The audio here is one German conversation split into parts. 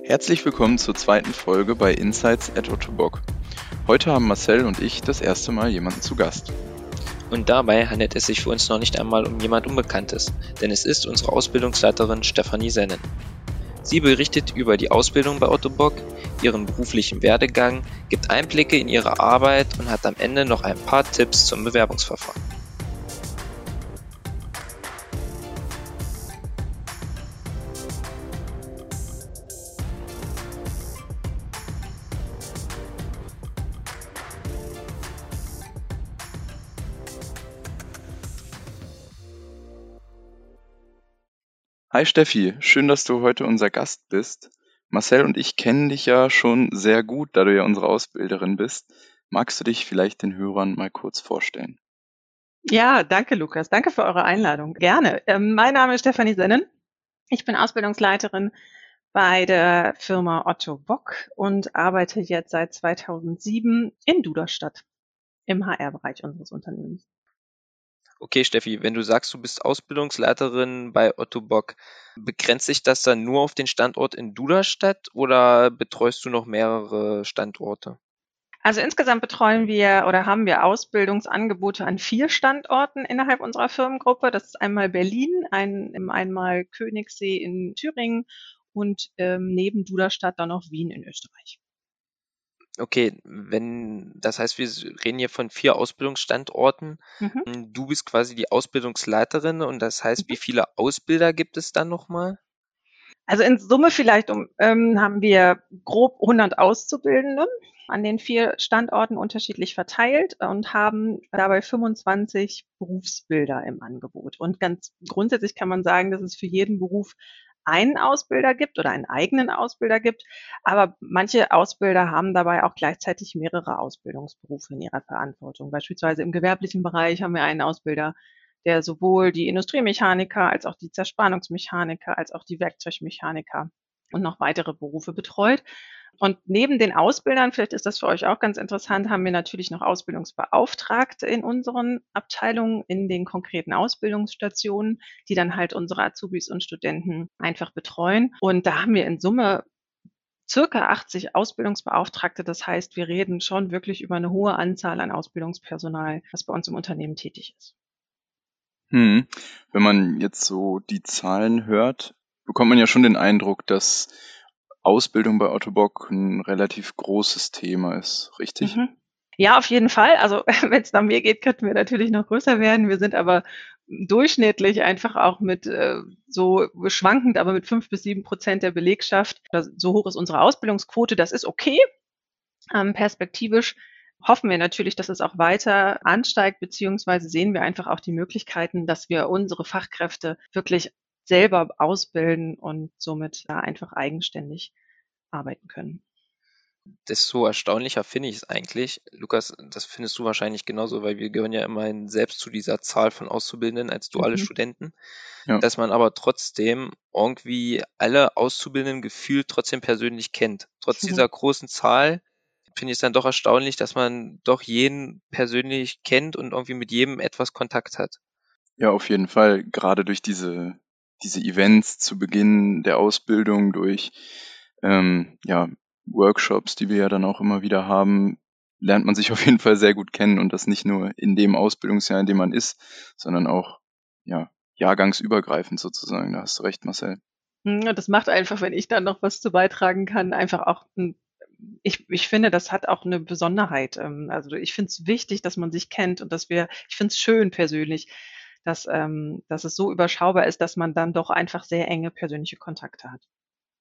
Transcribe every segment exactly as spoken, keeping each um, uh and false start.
Herzlich willkommen zur zweiten Folge bei Insights at Ottobock. Heute haben Marcel und ich das erste Mal jemanden zu Gast. Und dabei handelt es sich für uns noch nicht einmal um jemand Unbekanntes, denn es ist unsere Ausbildungsleiterin Stefanie Sennen. Sie berichtet über die Ausbildung bei Ottobock, ihren beruflichen Werdegang, gibt Einblicke in ihre Arbeit und hat am Ende noch ein paar Tipps zum Bewerbungsverfahren. Hi Steffi, schön, dass du heute unser Gast bist. Marcel und ich kennen dich ja schon sehr gut, da du ja unsere Ausbilderin bist. Magst du dich vielleicht den Hörern mal kurz vorstellen? Ja, danke Lukas, danke für eure Einladung. Gerne. Ähm, mein Name ist Stefanie Sennen. Ich bin Ausbildungsleiterin bei der Firma Otto Bock und arbeite jetzt seit zweitausendsieben in Duderstadt im H R-Bereich unseres Unternehmens. Okay, Steffi, wenn du sagst, du bist Ausbildungsleiterin bei Ottobock, begrenzt sich das dann nur auf den Standort in Duderstadt oder betreust du noch mehrere Standorte? Also insgesamt betreuen wir oder haben wir Ausbildungsangebote an vier Standorten innerhalb unserer Firmengruppe. Das ist einmal Berlin, ein, einmal Königssee in Thüringen und ähm, neben Duderstadt dann noch Wien in Österreich. Okay, wenn, das heißt, wir reden hier von vier Ausbildungsstandorten. Mhm. Du bist quasi die Ausbildungsleiterin und das heißt, wie viele Ausbilder gibt es dann nochmal? Also in Summe vielleicht um, ähm, haben wir grob hundert Auszubildende an den vier Standorten unterschiedlich verteilt und haben dabei fünfundzwanzig Berufsbilder im Angebot. Und ganz grundsätzlich kann man sagen, dass es für jeden Beruf einen Ausbilder gibt oder einen eigenen Ausbilder gibt. Aber manche Ausbilder haben dabei auch gleichzeitig mehrere Ausbildungsberufe in ihrer Verantwortung. Beispielsweise im gewerblichen Bereich haben wir einen Ausbilder, der sowohl die Industriemechaniker als auch die Zerspannungsmechaniker als auch die Werkzeugmechaniker und noch weitere Berufe betreut. Und neben den Ausbildern, vielleicht ist das für euch auch ganz interessant, haben wir natürlich noch Ausbildungsbeauftragte in unseren Abteilungen, in den konkreten Ausbildungsstationen, die dann halt unsere Azubis und Studenten einfach betreuen. Und da haben wir in Summe circa achtzig Ausbildungsbeauftragte. Das heißt, wir reden schon wirklich über eine hohe Anzahl an Ausbildungspersonal, was bei uns im Unternehmen tätig ist. Hm. Wenn man jetzt so die Zahlen hört, bekommt man ja schon den Eindruck, dass Ausbildung bei Ottobock ein relativ großes Thema ist, richtig? Mhm. Ja, auf jeden Fall. Also wenn es nach mir geht, könnten wir natürlich noch größer werden. Wir sind aber durchschnittlich einfach auch mit äh, so schwankend, aber mit fünf bis sieben Prozent der Belegschaft. Das, so hoch ist unsere Ausbildungsquote. Das ist okay. Ähm, perspektivisch hoffen wir natürlich, dass es auch weiter ansteigt, beziehungsweise sehen wir einfach auch die Möglichkeiten, dass wir unsere Fachkräfte wirklich selber ausbilden und somit da einfach eigenständig arbeiten können. Desto erstaunlicher finde ich es eigentlich. Lukas, das findest du wahrscheinlich genauso, weil wir gehören ja immerhin selbst zu dieser Zahl von Auszubildenden als duale Mhm. Studenten, Ja. dass man aber trotzdem irgendwie alle Auszubildenden gefühlt trotzdem persönlich kennt. Trotz dieser großen Zahl finde ich es dann doch erstaunlich, dass man doch jeden persönlich kennt und irgendwie mit jedem etwas Kontakt hat. Ja, auf jeden Fall. Gerade durch diese, diese Events zu Beginn der Ausbildung, durch ähm, ja, Workshops, die wir ja dann auch immer wieder haben, lernt man sich auf jeden Fall sehr gut kennen und das nicht nur in dem Ausbildungsjahr, in dem man ist, sondern auch ja, jahrgangsübergreifend sozusagen. Da hast du recht, Marcel. Hm, das macht einfach, wenn ich dann noch was zu beitragen kann, einfach auch 'n ich ich finde, das hat auch eine Besonderheit. Ähm, also, ich finde es wichtig, dass man sich kennt und dass wir ich finde es schön persönlich, dass ähm, dass es so überschaubar ist, dass man dann doch einfach sehr enge persönliche Kontakte hat.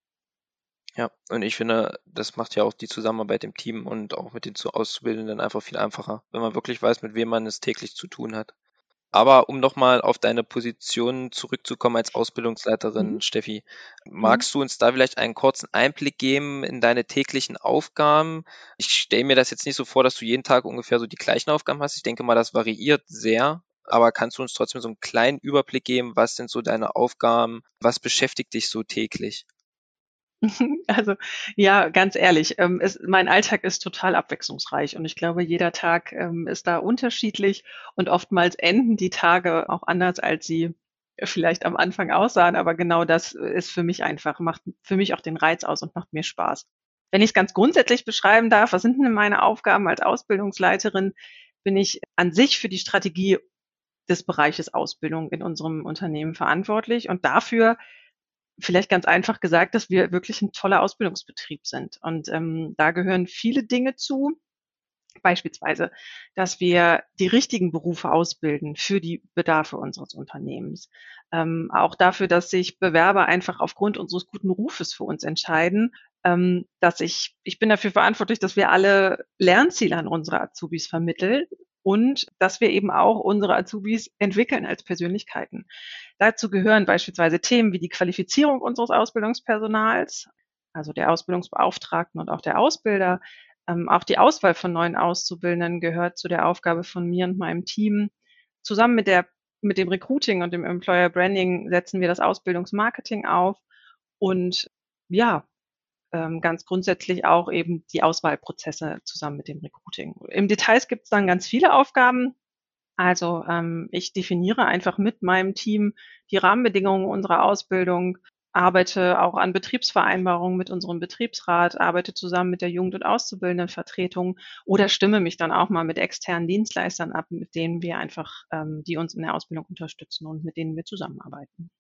Ja, und ich finde, das macht ja auch die Zusammenarbeit im Team und auch mit den zu Auszubildenden einfach viel einfacher, wenn man wirklich weiß, mit wem man es täglich zu tun hat. Aber um nochmal auf deine Position zurückzukommen als Mhm, Ausbildungsleiterin, Steffi, mhm. magst du uns da vielleicht einen kurzen Einblick geben in deine täglichen Aufgaben? Ich stelle mir das jetzt nicht so vor, dass du jeden Tag ungefähr so die gleichen Aufgaben hast. Ich denke mal, das variiert sehr. Aber kannst du uns trotzdem so einen kleinen Überblick geben? Was sind so deine Aufgaben? Was beschäftigt dich so täglich? Also, ja, ganz ehrlich, ähm, es mein Alltag ist total abwechslungsreich und ich glaube, jeder Tag, ähm, ist da unterschiedlich und oftmals enden die Tage auch anders, als sie vielleicht am Anfang aussahen, aber genau das ist für mich einfach, macht für mich auch den Reiz aus und macht mir Spaß. Wenn ich es ganz grundsätzlich beschreiben darf, was sind denn meine Aufgaben als Ausbildungsleiterin, bin ich an sich für die Strategie des Bereiches Ausbildung in unserem Unternehmen verantwortlich und dafür, vielleicht ganz einfach gesagt, dass wir wirklich ein toller Ausbildungsbetrieb sind. Und ähm, da gehören viele Dinge zu. Beispielsweise, dass wir die richtigen Berufe ausbilden für die Bedarfe unseres Unternehmens. Ähm, auch dafür, dass sich Bewerber einfach aufgrund unseres guten Rufes für uns entscheiden. Ähm, dass ich, ich bin dafür verantwortlich, dass wir alle Lernziele an unsere Azubis vermitteln und dass wir eben auch unsere Azubis entwickeln als Persönlichkeiten. Dazu gehören beispielsweise Themen wie die Qualifizierung unseres Ausbildungspersonals, also der Ausbildungsbeauftragten und auch der Ausbilder. Ähm, auch die Auswahl von neuen Auszubildenden gehört zu der Aufgabe von mir und meinem Team. Zusammen mit der, mit dem Recruiting und dem Employer Branding setzen wir das Ausbildungsmarketing auf und ja, ähm, ganz grundsätzlich auch eben die Auswahlprozesse zusammen mit dem Recruiting. Im Detail gibt es dann ganz viele Aufgaben. Also ähm, ich definiere einfach mit meinem Team die Rahmenbedingungen unserer Ausbildung, arbeite auch an Betriebsvereinbarungen mit unserem Betriebsrat, arbeite zusammen mit der Jugend- und Auszubildendenvertretung oder stimme mich dann auch mal mit externen Dienstleistern ab, mit denen wir einfach, ähm, die uns in der Ausbildung unterstützen und mit denen wir zusammenarbeiten.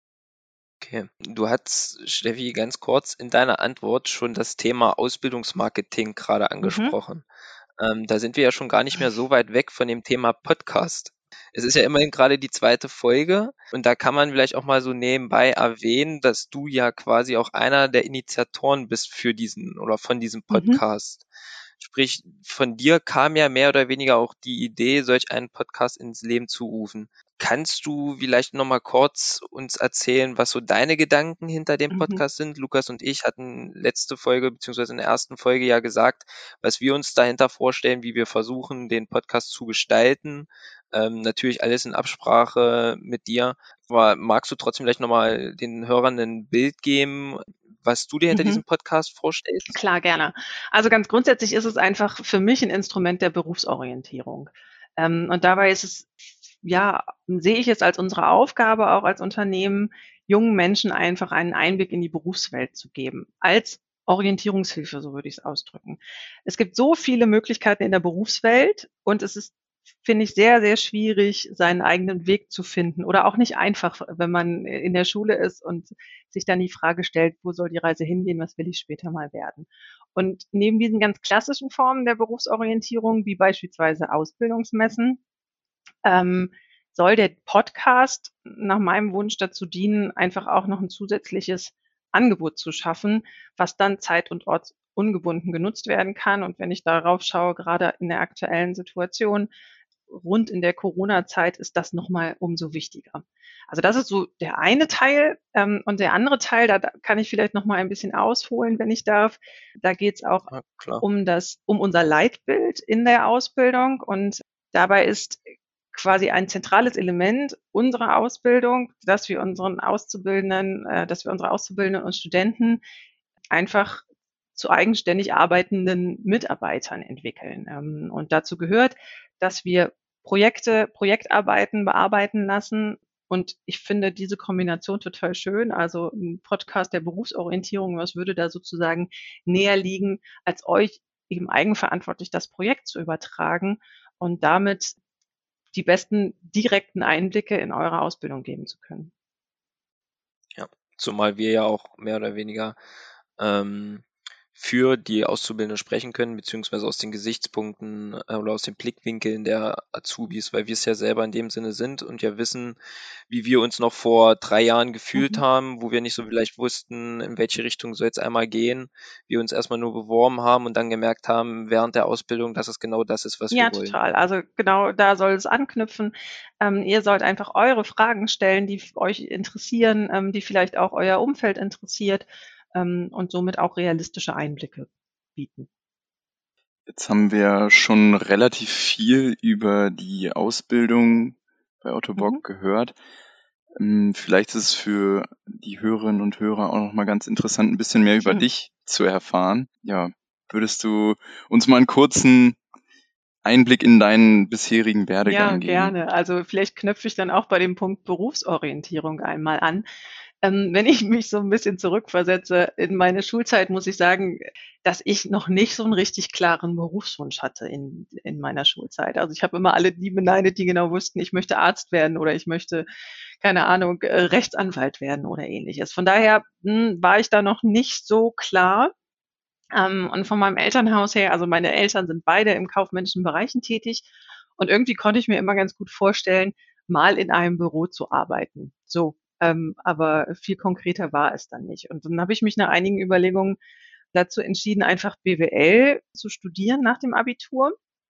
Okay. Du hast, Steffi, ganz kurz in deiner Antwort schon das Thema Ausbildungsmarketing gerade Mhm. angesprochen. Ähm, da sind wir ja schon gar nicht mehr so weit weg von dem Thema Podcast. Es ist ja immerhin gerade die zweite Folge und da kann man vielleicht auch mal so nebenbei erwähnen, dass du ja quasi auch einer der Initiatoren bist für diesen oder von diesem Mhm. Podcast. Sprich, von dir kam ja mehr oder weniger auch die Idee, solch einen Podcast ins Leben zu rufen. Kannst du vielleicht noch mal kurz uns erzählen, was so deine Gedanken hinter dem Mhm. Podcast sind? Lukas und ich hatten letzte Folge beziehungsweise in der ersten Folge ja gesagt, was wir uns dahinter vorstellen, wie wir versuchen, den Podcast zu gestalten. Ähm, natürlich alles in Absprache mit dir. Aber magst du trotzdem vielleicht nochmal den Hörern ein Bild geben, was du dir hinter Mhm. diesem Podcast vorstellst? Klar, gerne. Also ganz grundsätzlich ist es einfach für mich ein Instrument der Berufsorientierung. Ähm, und dabei ist es, ja, sehe ich es als unsere Aufgabe, auch als Unternehmen, jungen Menschen einfach einen Einblick in die Berufswelt zu geben. Als Orientierungshilfe, so würde ich es ausdrücken. Es gibt so viele Möglichkeiten in der Berufswelt und es ist, finde ich, sehr, sehr schwierig, seinen eigenen Weg zu finden oder auch nicht einfach, wenn man in der Schule ist und sich dann die Frage stellt, wo soll die Reise hingehen, was will ich später mal werden? Und neben diesen ganz klassischen Formen der Berufsorientierung, wie beispielsweise Ausbildungsmessen, ähm, soll der Podcast nach meinem Wunsch dazu dienen, einfach auch noch ein zusätzliches Angebot zu schaffen, was dann zeit- und ortsungebunden genutzt werden kann. Und wenn ich darauf schaue, gerade in der aktuellen Situation, rund in der Corona-Zeit ist das nochmal umso wichtiger. Also das ist so der eine Teil. Ähm, und der andere Teil, da, da kann ich vielleicht noch mal ein bisschen ausholen, wenn ich darf. Da geht es auch Ja, klar. um das, um unser Leitbild in der Ausbildung. Und dabei ist quasi ein zentrales Element unserer Ausbildung, dass wir unseren Auszubildenden, äh, dass wir unsere Auszubildenden und Studenten einfach zu eigenständig arbeitenden Mitarbeitern entwickeln. Ähm, und dazu gehört, dass wir Projekte, Projektarbeiten bearbeiten lassen. Und ich finde diese Kombination total schön. Also ein Podcast der Berufsorientierung, was würde da sozusagen näher liegen, als euch eben eigenverantwortlich das Projekt zu übertragen und damit die besten direkten Einblicke in eure Ausbildung geben zu können. Ja, zumal wir ja auch mehr oder weniger ähm, für die Auszubildenden sprechen können, beziehungsweise aus den Gesichtspunkten äh, oder aus den Blickwinkeln der Azubis, weil wir es ja selber in dem Sinne sind und ja wissen, wie wir uns noch vor drei Jahren gefühlt Mhm. haben, wo wir nicht so vielleicht wussten, in welche Richtung soll es einmal gehen, wir uns erstmal nur beworben haben und dann gemerkt haben während der Ausbildung, dass es genau das ist, was Ja, wir wollen. total. Also genau da soll es anknüpfen. Ähm, ihr sollt einfach eure Fragen stellen, die euch interessieren, ähm, die vielleicht auch euer Umfeld interessiert ähm, und somit auch realistische Einblicke bieten. Jetzt haben wir schon relativ viel über die Ausbildung bei Otto Bock Mhm. gehört. Ähm, Vielleicht ist es für die Hörerinnen und Hörer auch noch mal ganz interessant, ein bisschen mehr über Mhm. dich zu erfahren. Ja, würdest du uns mal einen kurzen Einblick in deinen bisherigen Ja, Werdegang geben. gerne. Also vielleicht knöpfe ich dann auch bei dem Punkt Berufsorientierung einmal an. Ähm, wenn ich mich so ein bisschen zurückversetze in meine Schulzeit, muss ich sagen, dass ich noch nicht so einen richtig klaren Berufswunsch hatte in in meiner Schulzeit. Also, ich habe immer alle die beneidet, die genau wussten, ich möchte Arzt werden oder ich möchte, keine Ahnung, äh, Rechtsanwalt werden oder Ähnliches. Von daher, hm, war ich da noch nicht so klar. Ähm, und von meinem Elternhaus her, also meine Eltern sind beide im kaufmännischen Bereichen tätig und irgendwie konnte ich mir immer ganz gut vorstellen, mal in einem Büro zu arbeiten. So, ähm, aber viel konkreter war es dann nicht. Und dann habe ich mich nach einigen Überlegungen dazu entschieden, einfach B W L zu studieren nach dem Abitur,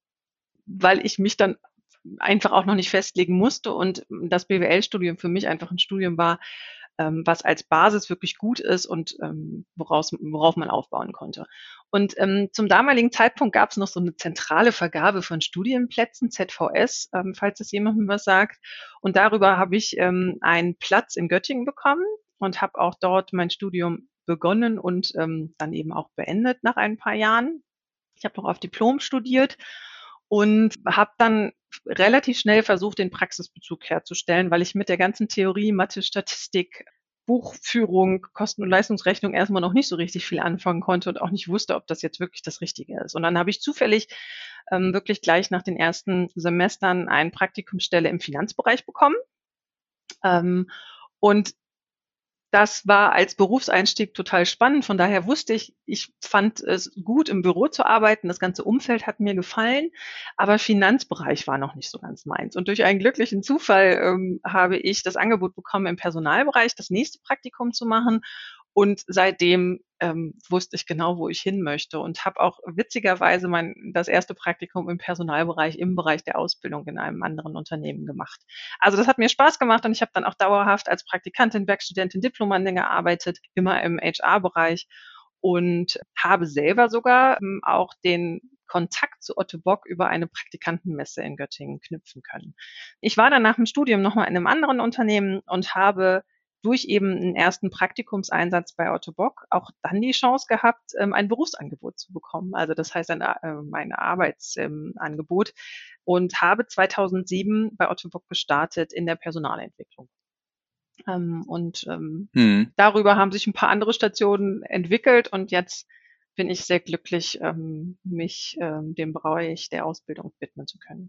weil ich mich dann einfach auch noch nicht festlegen musste und das B W L-Studium für mich einfach ein Studium war, ähm, was als Basis wirklich gut ist und ähm, woraus, worauf man aufbauen konnte. Und ähm, zum damaligen Zeitpunkt gab es noch so eine zentrale Vergabe von Studienplätzen, Z V S, ähm, falls es jemandem was sagt. Und darüber habe ich ähm, einen Platz in Göttingen bekommen und habe auch dort mein Studium begonnen und ähm, dann eben auch beendet nach ein paar Jahren. Ich habe noch auf Diplom studiert und habe dann relativ schnell versucht, den Praxisbezug herzustellen, weil ich mit der ganzen Theorie, Mathe, Statistik, Buchführung, Kosten- und Leistungsrechnung erstmal noch nicht so richtig viel anfangen konnte und auch nicht wusste, ob das jetzt wirklich das Richtige ist. Und dann habe ich zufällig ähm, wirklich gleich nach den ersten Semestern eine Praktikumsstelle im Finanzbereich bekommen. Ähm, und das war als Berufseinstieg total spannend. Von daher wusste ich, ich fand es gut, im Büro zu arbeiten. Das ganze Umfeld hat mir gefallen, aber Finanzbereich war noch nicht so ganz meins. Und durch einen glücklichen Zufall ähm, habe ich das Angebot bekommen, im Personalbereich das nächste Praktikum zu machen. Und seitdem ähm, wusste ich genau, wo ich hin möchte und habe auch witzigerweise mein das erste Praktikum im Personalbereich, im Bereich der Ausbildung in einem anderen Unternehmen gemacht. Also das hat mir Spaß gemacht und ich habe dann auch dauerhaft als Praktikantin, Werkstudentin, Diplomandin gearbeitet, immer im H R-Bereich und habe selber sogar ähm, auch den Kontakt zu Otto Bock über eine Praktikantenmesse in Göttingen knüpfen können. Ich war dann nach dem Studium nochmal in einem anderen Unternehmen und habe durch eben einen ersten Praktikumseinsatz bei Otto Bock auch dann die Chance gehabt, ähm, ein Berufsangebot zu bekommen. Also das heißt ein, äh, mein Arbeitsangebot und habe zweitausendsieben bei Otto Bock gestartet in der Personalentwicklung. Ähm, und ähm, Hm. darüber haben sich ein paar andere Stationen entwickelt und jetzt bin ich sehr glücklich, ähm, mich ähm, dem Bereich der Ausbildung widmen zu können.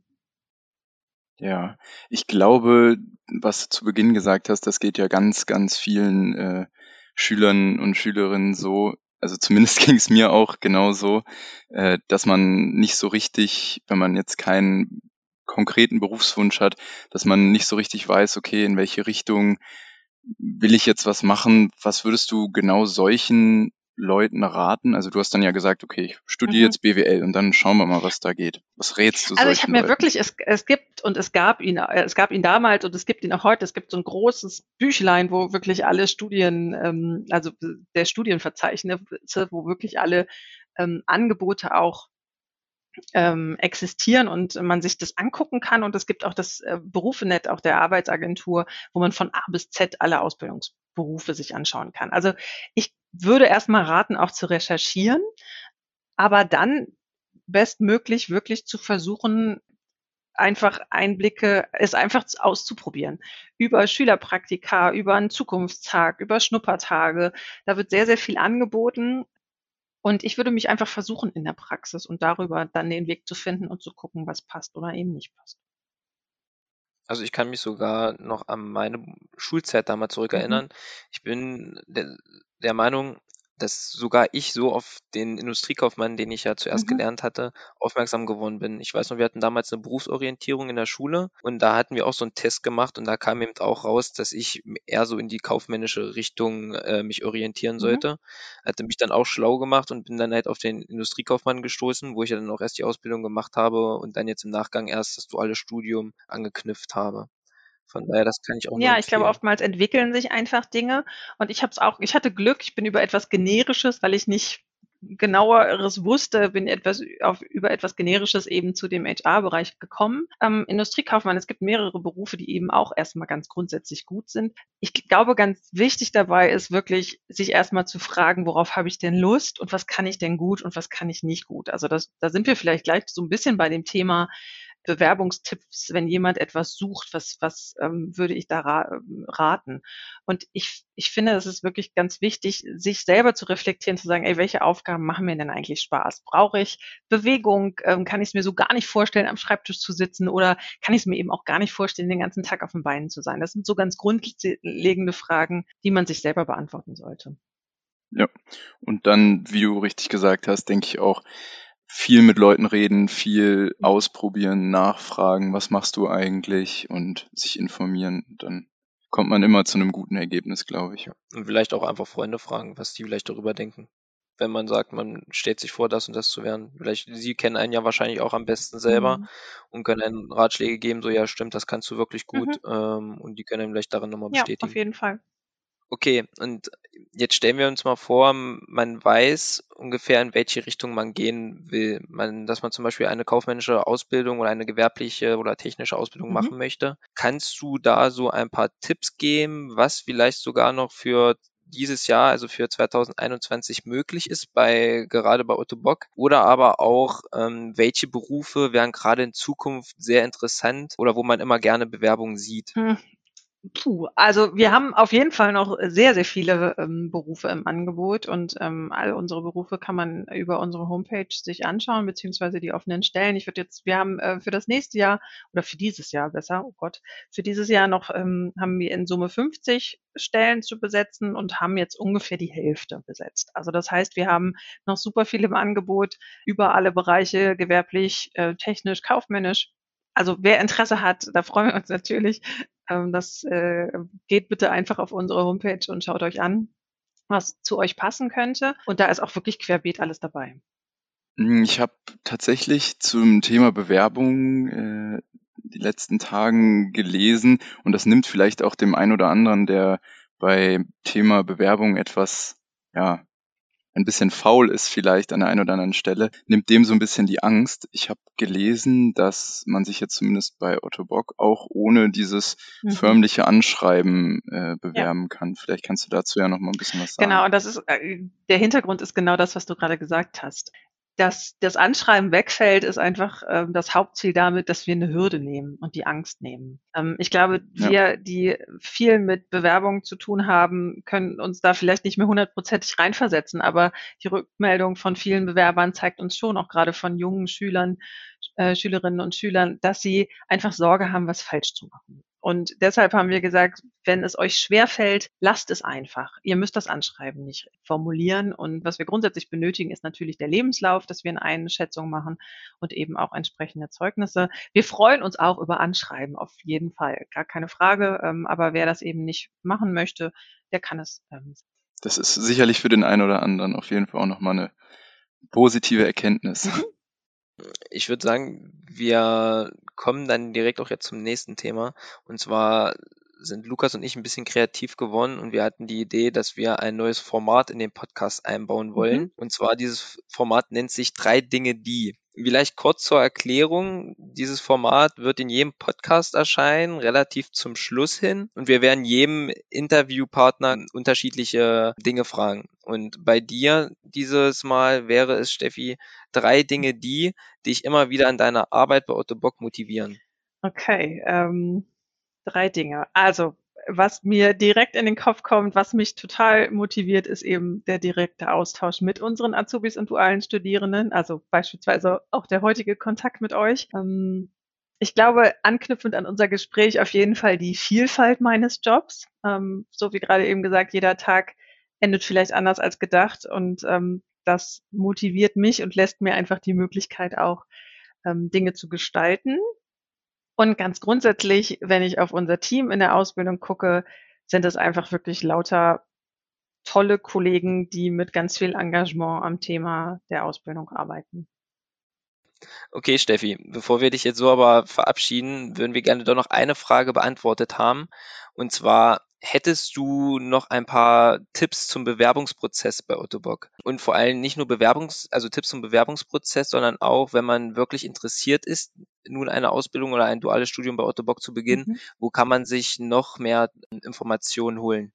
Ja, ich glaube, was du zu Beginn gesagt hast, das geht ja ganz, ganz vielen äh, Schülern und Schülerinnen so, also zumindest ging es mir auch genauso, äh, dass man nicht so richtig, wenn man jetzt keinen konkreten Berufswunsch hat, dass man nicht so richtig weiß, okay, in welche Richtung will ich jetzt was machen? Was würdest du genau solchen Leuten raten? Also du hast dann ja gesagt, okay, ich studiere Mhm. jetzt B W L und dann schauen wir mal, was da geht. Was rätst du Also ich habe solchen mir Leuten? wirklich, es, es gibt und es gab ihn, äh, es gab ihn damals und es gibt ihn auch heute. Es gibt so ein großes Büchlein, wo wirklich alle Studien, ähm, also der Studienverzeichnisse, wo wirklich alle ähm, Angebote auch ähm, existieren und man sich das angucken kann. Und es gibt auch das äh, Berufenet, auch der Arbeitsagentur, wo man von A bis Z alle Ausbildungsberufe sich anschauen kann. Also ich würde erstmal raten, auch zu recherchieren, aber dann bestmöglich wirklich zu versuchen, einfach Einblicke, es einfach auszuprobieren. Über Schülerpraktika, über einen Zukunftstag, über Schnuppertage. Da wird sehr, sehr viel angeboten. Und ich würde mich einfach versuchen in der Praxis und darüber dann den Weg zu finden und zu gucken, was passt oder eben nicht passt. Also ich kann mich sogar noch an meine Schulzeit damals Mhm. zurückerinnern. Ich bin der, der Meinung, dass sogar ich so auf den Industriekaufmann, den ich ja zuerst Mhm. gelernt hatte, aufmerksam geworden bin. Ich weiß noch, wir hatten damals eine Berufsorientierung in der Schule und da hatten wir auch so einen Test gemacht und da kam eben auch raus, dass ich eher so in die kaufmännische Richtung äh, mich orientieren Mhm. sollte. Hatte mich dann auch schlau gemacht und bin dann halt auf den Industriekaufmann gestoßen, wo ich ja dann auch erst die Ausbildung gemacht habe und dann jetzt im Nachgang erst das duale Studium angeknüpft habe. Von daher, das kann ich auch nur Ja, ich glaube, empfehlen. oftmals entwickeln sich einfach Dinge und ich habe es auch, ich hatte Glück, ich bin über etwas Generisches, weil ich nicht genaueres wusste, bin etwas auf, über etwas Generisches eben zu dem H R-Bereich gekommen. Ähm, Industriekaufmann, es gibt mehrere Berufe, die eben auch erstmal ganz grundsätzlich gut sind. Ich glaube, ganz wichtig dabei ist wirklich, sich erstmal zu fragen, worauf habe ich denn Lust und was kann ich denn gut und was kann ich nicht gut. Also das, da sind wir vielleicht gleich so ein bisschen bei dem Thema Bewerbungstipps, wenn jemand etwas sucht, was, was ähm, würde ich da ra raten? Und ich, ich finde, es ist wirklich ganz wichtig, sich selber zu reflektieren, zu sagen, ey, welche Aufgaben machen mir denn eigentlich Spaß? Brauche ich Bewegung? Ähm, kann ich es mir so gar nicht vorstellen, am Schreibtisch zu sitzen? Oder kann ich es mir eben auch gar nicht vorstellen, den ganzen Tag auf den Beinen zu sein? Das sind so ganz grundlegende Fragen, die man sich selber beantworten sollte. Ja, und dann, wie du richtig gesagt hast, denke ich auch, viel mit Leuten reden, viel ausprobieren, nachfragen, was machst du eigentlich und sich informieren. Dann kommt man immer zu einem guten Ergebnis, glaube ich. Und vielleicht auch einfach Freunde fragen, was die vielleicht darüber denken. Wenn man sagt, man steht sich vor, das und das zu werden. Vielleicht, sie kennen einen ja wahrscheinlich auch am besten selber Mhm. und können einen Ratschläge geben, so ja, stimmt, das kannst du wirklich gut. Mhm. Ähm, und die können einen vielleicht darin nochmal Ja, auf bestätigen. jeden Fall. Okay, und jetzt stellen wir uns mal vor, man weiß ungefähr, in welche Richtung man gehen will. Man, dass man zum Beispiel eine kaufmännische Ausbildung oder eine gewerbliche oder technische Ausbildung Mhm. machen möchte. Kannst du da so ein paar Tipps geben, was vielleicht sogar noch für dieses Jahr, also für zweitausendeinundzwanzig möglich ist, bei gerade bei Otto Bock? Oder aber auch, ähm, welche Berufe wären gerade in Zukunft sehr interessant oder wo man immer gerne Bewerbungen sieht? Hm. Puh, also wir haben auf jeden Fall noch sehr, sehr viele ähm, Berufe im Angebot und ähm, all unsere Berufe kann man über unsere Homepage sich anschauen, beziehungsweise die offenen Stellen. Ich würde jetzt, wir haben äh, für das nächste Jahr oder für dieses Jahr besser, oh Gott, für dieses Jahr noch ähm, haben wir in Summe fünfzig Stellen zu besetzen und haben jetzt ungefähr die Hälfte besetzt. Also das heißt, wir haben noch super viel im Angebot über alle Bereiche, gewerblich, äh, technisch, kaufmännisch. Also wer Interesse hat, da freuen wir uns natürlich. Ähm, das äh, geht bitte einfach auf unsere Homepage und schaut euch an, was zu euch passen könnte. Und da ist auch wirklich querbeet alles dabei. Hm, ich habe tatsächlich zum Thema Bewerbung äh, die letzten Tagen gelesen und das nimmt vielleicht auch dem einen oder anderen, der bei Thema Bewerbung etwas, ja, ein bisschen faul ist vielleicht an der einen oder anderen Stelle, nimmt dem so ein bisschen die Angst. Ich habe gelesen, dass man sich jetzt zumindest bei Otto Bock auch ohne dieses Mhm. förmliche Anschreiben äh, Ja. bewerben kann. Vielleicht kannst du dazu ja noch mal ein bisschen was sagen. Genau, und das ist äh, der Hintergrund ist genau das, was du gerade gesagt hast. Dass das Anschreiben wegfällt, ist einfach ähm, das Hauptziel damit, dass wir eine Hürde nehmen und die Angst nehmen. Ähm, ich glaube, Ja. wir, die viel mit Bewerbungen zu tun haben, können uns da vielleicht nicht mehr hundertprozentig reinversetzen, aber die Rückmeldung von vielen Bewerbern zeigt uns schon, auch gerade von jungen Schülern, äh, Schülerinnen und Schülern, dass sie einfach Sorge haben, was falsch zu machen. Und deshalb haben wir gesagt, wenn es euch schwerfällt, lasst es einfach. Ihr müsst das Anschreiben nicht formulieren. Und was wir grundsätzlich benötigen, ist natürlich der Lebenslauf, dass wir eine Einschätzung machen und eben auch entsprechende Zeugnisse. Wir freuen uns auch über Anschreiben, auf jeden Fall. Gar keine Frage. Ähm, aber wer das eben nicht machen möchte, der kann es. Ähm, Das ist sicherlich für den einen oder anderen auf jeden Fall auch nochmal eine positive Erkenntnis. Mhm. Ich würde sagen, wir kommen dann direkt auch jetzt zum nächsten Thema. Und zwar sind Lukas und ich ein bisschen kreativ geworden und wir hatten die Idee, dass wir ein neues Format in den Podcast einbauen wollen. Mhm. Und zwar dieses Format nennt sich Drei Dinge, die. Vielleicht kurz zur Erklärung. Dieses Format wird in jedem Podcast erscheinen, relativ zum Schluss hin. Und wir werden jedem Interviewpartner unterschiedliche Dinge fragen. Und bei dir dieses Mal wäre es, Steffi, drei Dinge, die dich immer wieder an deiner Arbeit bei Otto Bock motivieren. Okay, ähm, drei Dinge. Also, was mir direkt in den Kopf kommt, was mich total motiviert, ist eben der direkte Austausch mit unseren Azubis und dualen Studierenden, also beispielsweise auch der heutige Kontakt mit euch. Ähm, ich glaube, anknüpfend an unser Gespräch auf jeden Fall die Vielfalt meines Jobs. Ähm, so wie gerade eben gesagt, jeder Tag endet vielleicht anders als gedacht und ähm, das motiviert mich und lässt mir einfach die Möglichkeit auch, ähm, Dinge zu gestalten. Und ganz grundsätzlich, wenn ich auf unser Team in der Ausbildung gucke, sind es einfach wirklich lauter tolle Kollegen, die mit ganz viel Engagement am Thema der Ausbildung arbeiten. Okay, Steffi, bevor wir dich jetzt so aber verabschieden, würden wir gerne doch noch eine Frage beantwortet haben. Und zwar, Hättest du noch ein paar Tipps zum Bewerbungsprozess bei Ottobock? Und vor allem nicht nur Bewerbungs, also Tipps zum Bewerbungsprozess, sondern auch, wenn man wirklich interessiert ist, nun eine Ausbildung oder ein duales Studium bei Ottobock zu beginnen, Mhm. wo kann man sich noch mehr Informationen holen?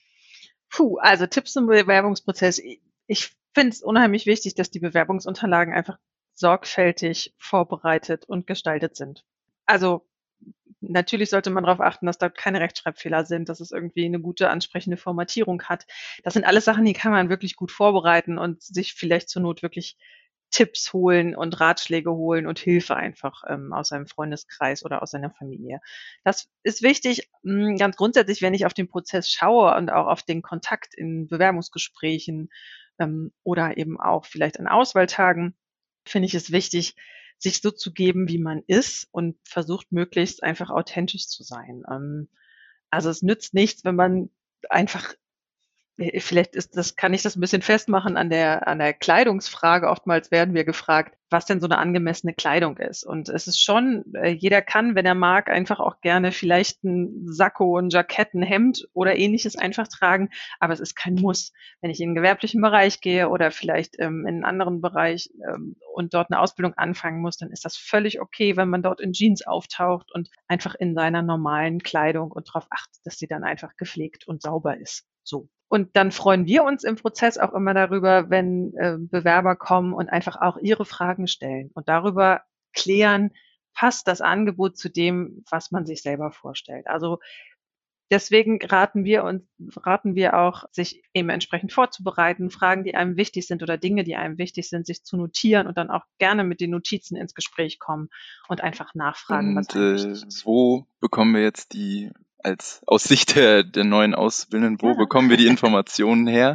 Puh, also Tipps zum Bewerbungsprozess. Ich finde es unheimlich wichtig, dass die Bewerbungsunterlagen einfach sorgfältig vorbereitet und gestaltet sind. Also natürlich sollte man darauf achten, dass da keine Rechtschreibfehler sind, dass es irgendwie eine gute ansprechende Formatierung hat. Das sind alles Sachen, die kann man wirklich gut vorbereiten und sich vielleicht zur Not wirklich Tipps holen und Ratschläge holen und Hilfe einfach ähm, aus seinem Freundeskreis oder aus seiner Familie. Das ist wichtig. Mh, ganz grundsätzlich, wenn ich auf den Prozess schaue und auch auf den Kontakt in Bewerbungsgesprächen ähm, oder eben auch vielleicht an Auswahltagen, finde ich es wichtig, sich so zu geben, wie man ist und versucht möglichst einfach authentisch zu sein. Ähm, also es nützt nichts, wenn man einfach äh, vielleicht ist das, kann ich das ein bisschen festmachen an der, an der Kleidungsfrage. Oftmals werden wir gefragt, was denn so eine angemessene Kleidung ist. Und es ist schon, äh, jeder kann, wenn er mag, einfach auch gerne vielleicht ein Sakko, ein Jackett, ein Hemd oder ähnliches einfach tragen. Aber es ist kein Muss. Wenn ich in den gewerblichen Bereich gehe oder vielleicht ähm, in einen anderen Bereich ähm, und dort eine Ausbildung anfangen muss, dann ist das völlig okay, wenn man dort in Jeans auftaucht und einfach in seiner normalen Kleidung und darauf achtet, dass sie dann einfach gepflegt und sauber ist. So. Und dann freuen wir uns im Prozess auch immer darüber, wenn äh, Bewerber kommen und einfach auch ihre Fragen stellen und darüber klären, passt das Angebot zu dem, was man sich selber vorstellt. Also deswegen raten wir uns, raten wir auch, sich eben entsprechend vorzubereiten, Fragen, die einem wichtig sind oder Dinge, die einem wichtig sind, sich zu notieren und dann auch gerne mit den Notizen ins Gespräch kommen und einfach nachfragen, was Und einem äh, wichtig ist. wo bekommen wir jetzt die, als aus Sicht der, der neuen Auszubildenden, wo Ja. bekommen wir die Informationen her?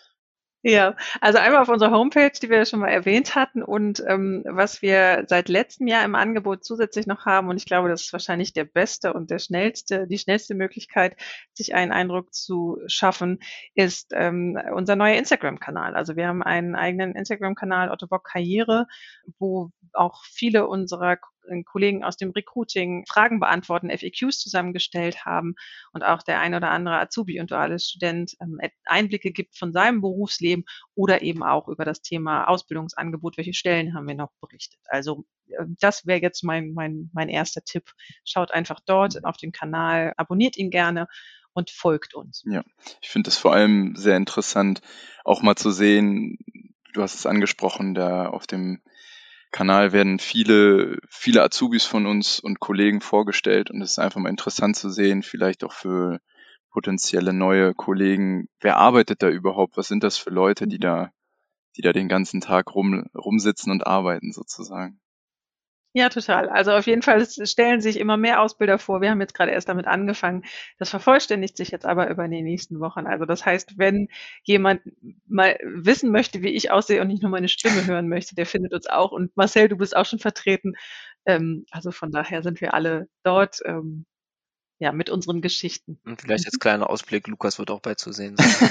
Ja, also einmal auf unserer Homepage, die wir schon mal erwähnt hatten und ähm, was wir seit letztem Jahr im Angebot zusätzlich noch haben und ich glaube, das ist wahrscheinlich der beste und der schnellste, die schnellste Möglichkeit, sich einen Eindruck zu schaffen, ist ähm, unser neuer Instagram-Kanal. Also wir haben einen eigenen Instagram-Kanal, Ottobock Karriere, wo auch viele unserer Kollegen aus dem Recruiting Fragen beantworten, F A Qs zusammengestellt haben und auch der ein oder andere Azubi und duale Student ähm, Einblicke gibt von seinem Berufsleben oder eben auch über das Thema Ausbildungsangebot, welche Stellen haben wir noch berichtet. Also äh, das wäre jetzt mein, mein, mein erster Tipp. Schaut einfach dort auf den Kanal, abonniert ihn gerne und folgt uns. Ja, ich finde es vor allem sehr interessant, auch mal zu sehen, du hast es angesprochen, da auf dem Kanal werden viele, viele Azubis von uns und Kollegen vorgestellt und es ist einfach mal interessant zu sehen, vielleicht auch für potenzielle neue Kollegen, wer arbeitet da überhaupt? Was sind das für Leute, die da, die da den ganzen Tag rum, rumsitzen und arbeiten sozusagen? Ja, total. Also auf jeden Fall, es stellen sich immer mehr Ausbilder vor. Wir haben jetzt gerade erst damit angefangen. Das vervollständigt sich jetzt aber über die nächsten Wochen. Also das heißt, wenn jemand mal wissen möchte, wie ich aussehe und nicht nur meine Stimme hören möchte, der findet uns auch. Und Marcel, du bist auch schon vertreten. Ähm, also von daher sind wir alle dort, ähm, ja, mit unseren Geschichten. Und vielleicht als kleiner Ausblick, Lukas wird auch bald zu sehen sein.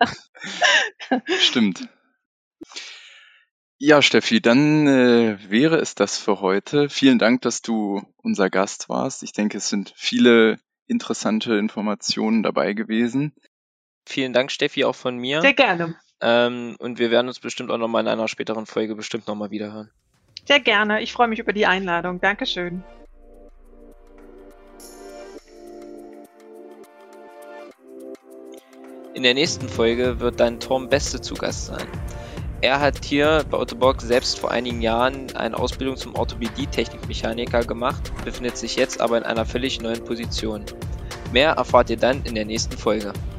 Stimmt. Ja, Steffi, dann äh, wäre es das für heute. Vielen Dank, dass du unser Gast warst. Ich denke, es sind viele interessante Informationen dabei gewesen. Vielen Dank, Steffi, auch von mir. Sehr gerne. Ähm, und wir werden uns bestimmt auch nochmal in einer späteren Folge bestimmt nochmal wiederhören. Sehr gerne. Ich freue mich über die Einladung. Dankeschön. In der nächsten Folge wird dann Tom Beste zu Gast sein. Er hat hier bei Ottobock selbst vor einigen Jahren eine Ausbildung zum Orthopädie-Technikmechaniker gemacht, befindet sich jetzt aber in einer völlig neuen Position. Mehr erfahrt ihr dann in der nächsten Folge.